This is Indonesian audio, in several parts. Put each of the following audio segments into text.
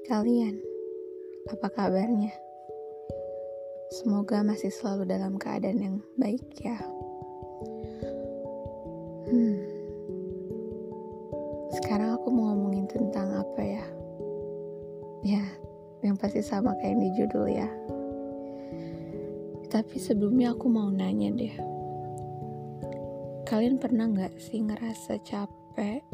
Kalian, apa kabarnya? Semoga masih selalu dalam keadaan yang baik ya. Sekarang aku mau ngomongin tentang apa ya? Ya, yang pasti sama kayak di judul ya. Tapi sebelumnya aku mau nanya deh. Kalian pernah gak sih ngerasa capek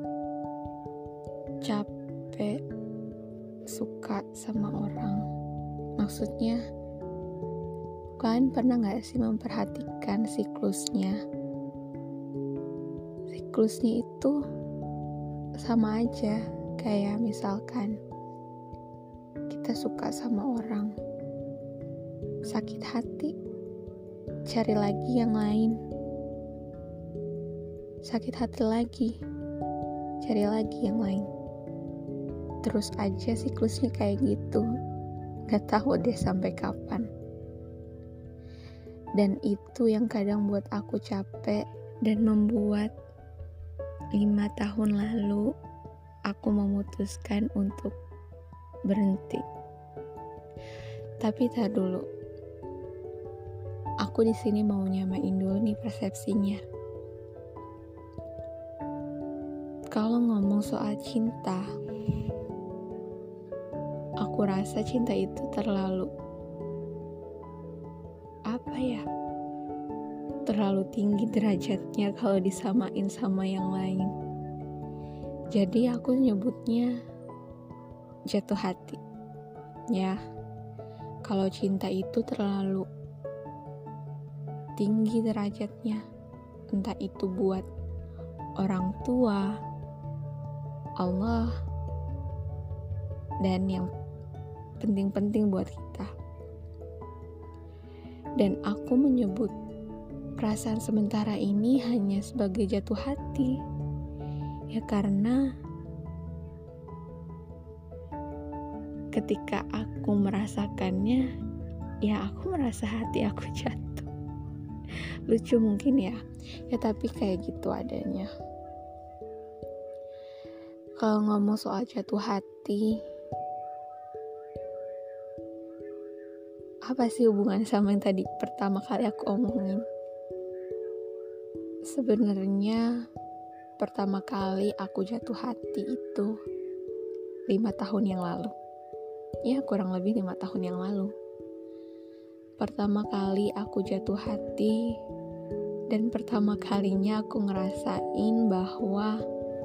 suka sama orang? Maksudnya, kalian pernah gak sih memperhatikan siklusnya? Siklusnya itu sama aja, kayak misalkan kita suka sama orang, sakit hati, cari lagi yang lain, sakit hati lagi, cari lagi yang lain. Terus aja siklusnya kayak gitu, gak tahu deh sampai kapan. Dan itu yang kadang buat aku capek dan membuat 5 tahun lalu aku memutuskan untuk berhenti. Tapi tar dulu, aku di sini mau nyamain dulu nih persepsinya. Kalau ngomong soal cinta, aku rasa cinta itu terlalu terlalu tinggi derajatnya kalau disamain sama yang lain. Jadi aku nyebutnya jatuh hati. Ya, kalau cinta itu terlalu tinggi derajatnya, entah itu buat orang tua, Allah, dan yang penting-penting buat kita. Dan aku menyebut perasaan sementara ini hanya sebagai jatuh hati. Ya karena ketika aku merasakannya, ya aku merasa hati aku jatuh. Lucu mungkin ya. Ya tapi kayak gitu adanya. Kalau ngomong soal jatuh hati, apa sih hubungan sama yang tadi pertama kali aku omongin? Sebenarnya pertama kali aku jatuh hati itu 5 tahun yang lalu. Ya kurang lebih 5 tahun yang lalu. Pertama kali aku jatuh hati, dan pertama kalinya aku ngerasain bahwa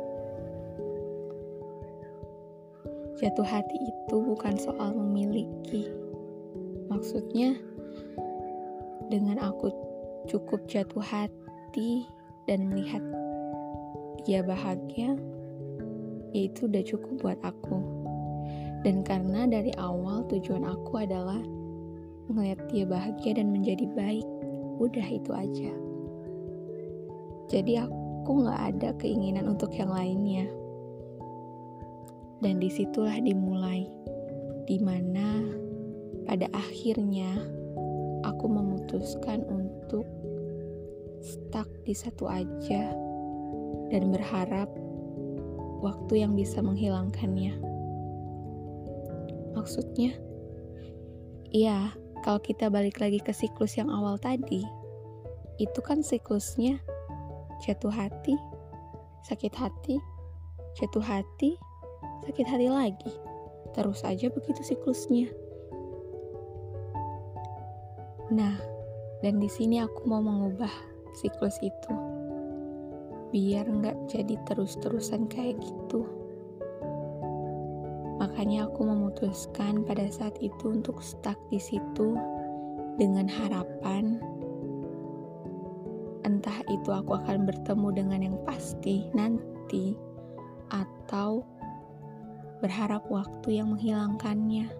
jatuh hati itu bukan soal memiliki. Maksudnya, dengan aku cukup jatuh hati dan melihat dia bahagia, ya itu udah cukup buat aku. Dan karena dari awal tujuan aku adalah ngelihat dia bahagia dan menjadi baik, udah itu aja. Jadi aku gak ada keinginan untuk yang lainnya. Dan disitulah dimulai, dimana pada akhirnya aku memutuskan untuk stuck di satu aja dan berharap waktu yang bisa menghilangkannya. Maksudnya, iya, kalau kita balik lagi ke siklus yang awal tadi, itu kan siklusnya jatuh hati, sakit hati, jatuh hati, sakit hati lagi. Terus aja begitu siklusnya. Nah, dan di sini aku mau mengubah siklus itu biar nggak jadi terus-terusan kayak gitu. Makanya aku memutuskan pada saat itu untuk stuck di situ dengan harapan entah itu aku akan bertemu dengan yang pasti nanti atau berharap waktu yang menghilangkannya.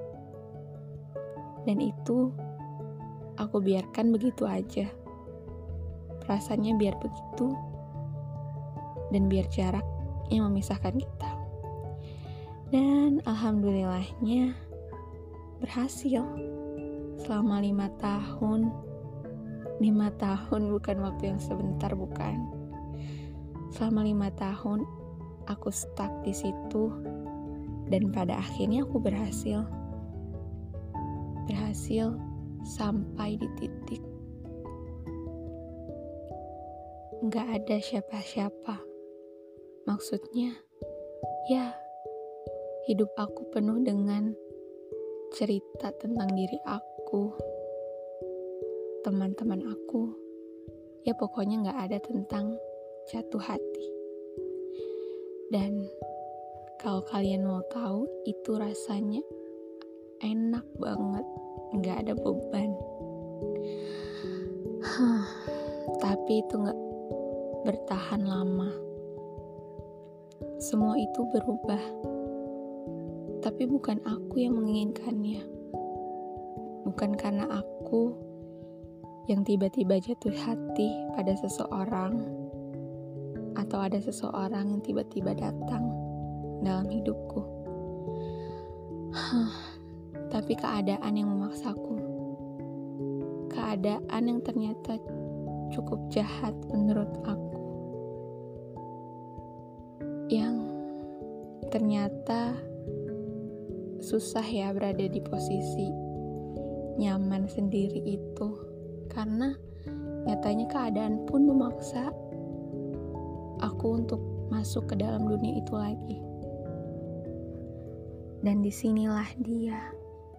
Dan itu aku biarkan begitu aja. Perasaannya biar begitu, dan biar jarak yang memisahkan kita. Dan alhamdulillahnya berhasil. Selama 5 tahun 5 tahun bukan waktu yang sebentar, bukan. Selama 5 tahun aku stuck di situ Dan pada akhirnya aku berhasil sampai di titik nggak ada siapa-siapa. Maksudnya, ya, hidup aku penuh dengan cerita tentang diri aku, teman-teman aku. Ya pokoknya nggak ada tentang jatuh hati. Dan kalau kalian mau tahu, itu rasanya enak banget, nggak ada beban. Tapi itu nggak bertahan lama. Semua itu berubah, tapi bukan aku yang menginginkannya. Bukan karena aku yang tiba-tiba jatuh hati pada seseorang, atau ada seseorang yang tiba-tiba datang dalam hidupku. Tapi keadaan yang memaksaku. Keadaan yang ternyata cukup jahat menurut aku. Yang ternyata susah ya berada di posisi nyaman sendiri itu. Karena nyatanya keadaan pun memaksa aku untuk masuk ke dalam dunia itu lagi. Dan disinilah dia.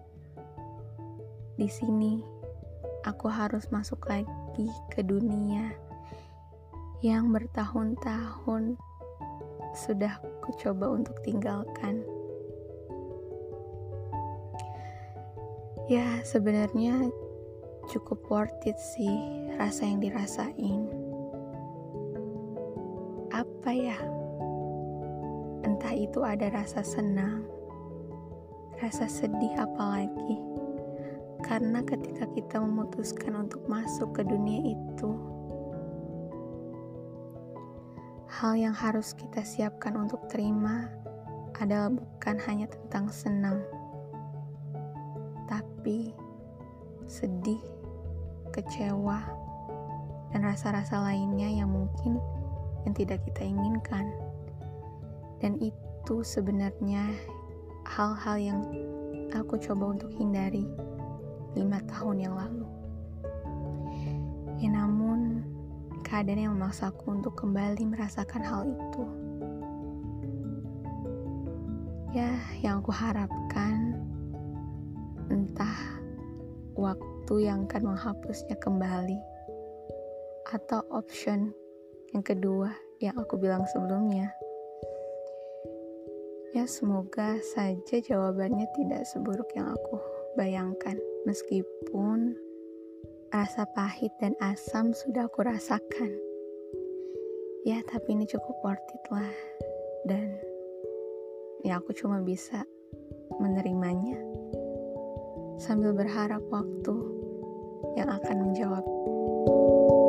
Di sini aku harus masuk lagi ke dunia yang bertahun-tahun sudah ku coba untuk tinggalkan. Ya, sebenarnya cukup worth it sih rasa yang dirasain. Apa ya? Entah itu ada rasa senang, rasa sedih apalagi. Karena ketika kita memutuskan untuk masuk ke dunia itu, hal yang harus kita siapkan untuk terima adalah bukan hanya tentang senang, tapi sedih, kecewa, dan rasa-rasa lainnya yang mungkin yang tidak kita inginkan. Dan itu sebenarnya hal-hal yang aku coba untuk hindari 5 tahun yang lalu. Ya namun keadaan yang memaksaku untuk kembali merasakan hal itu. Ya, yang aku harapkan entah waktu yang akan menghapusnya kembali, atau option yang kedua yang aku bilang sebelumnya. Ya, semoga saja jawabannya tidak seburuk yang aku bayangkan. Meskipun rasa pahit dan asam sudah aku rasakan. Ya, tapi ini cukup worth it lah. Dan ya aku cuma bisa menerimanya sambil berharap waktu yang akan menjawab.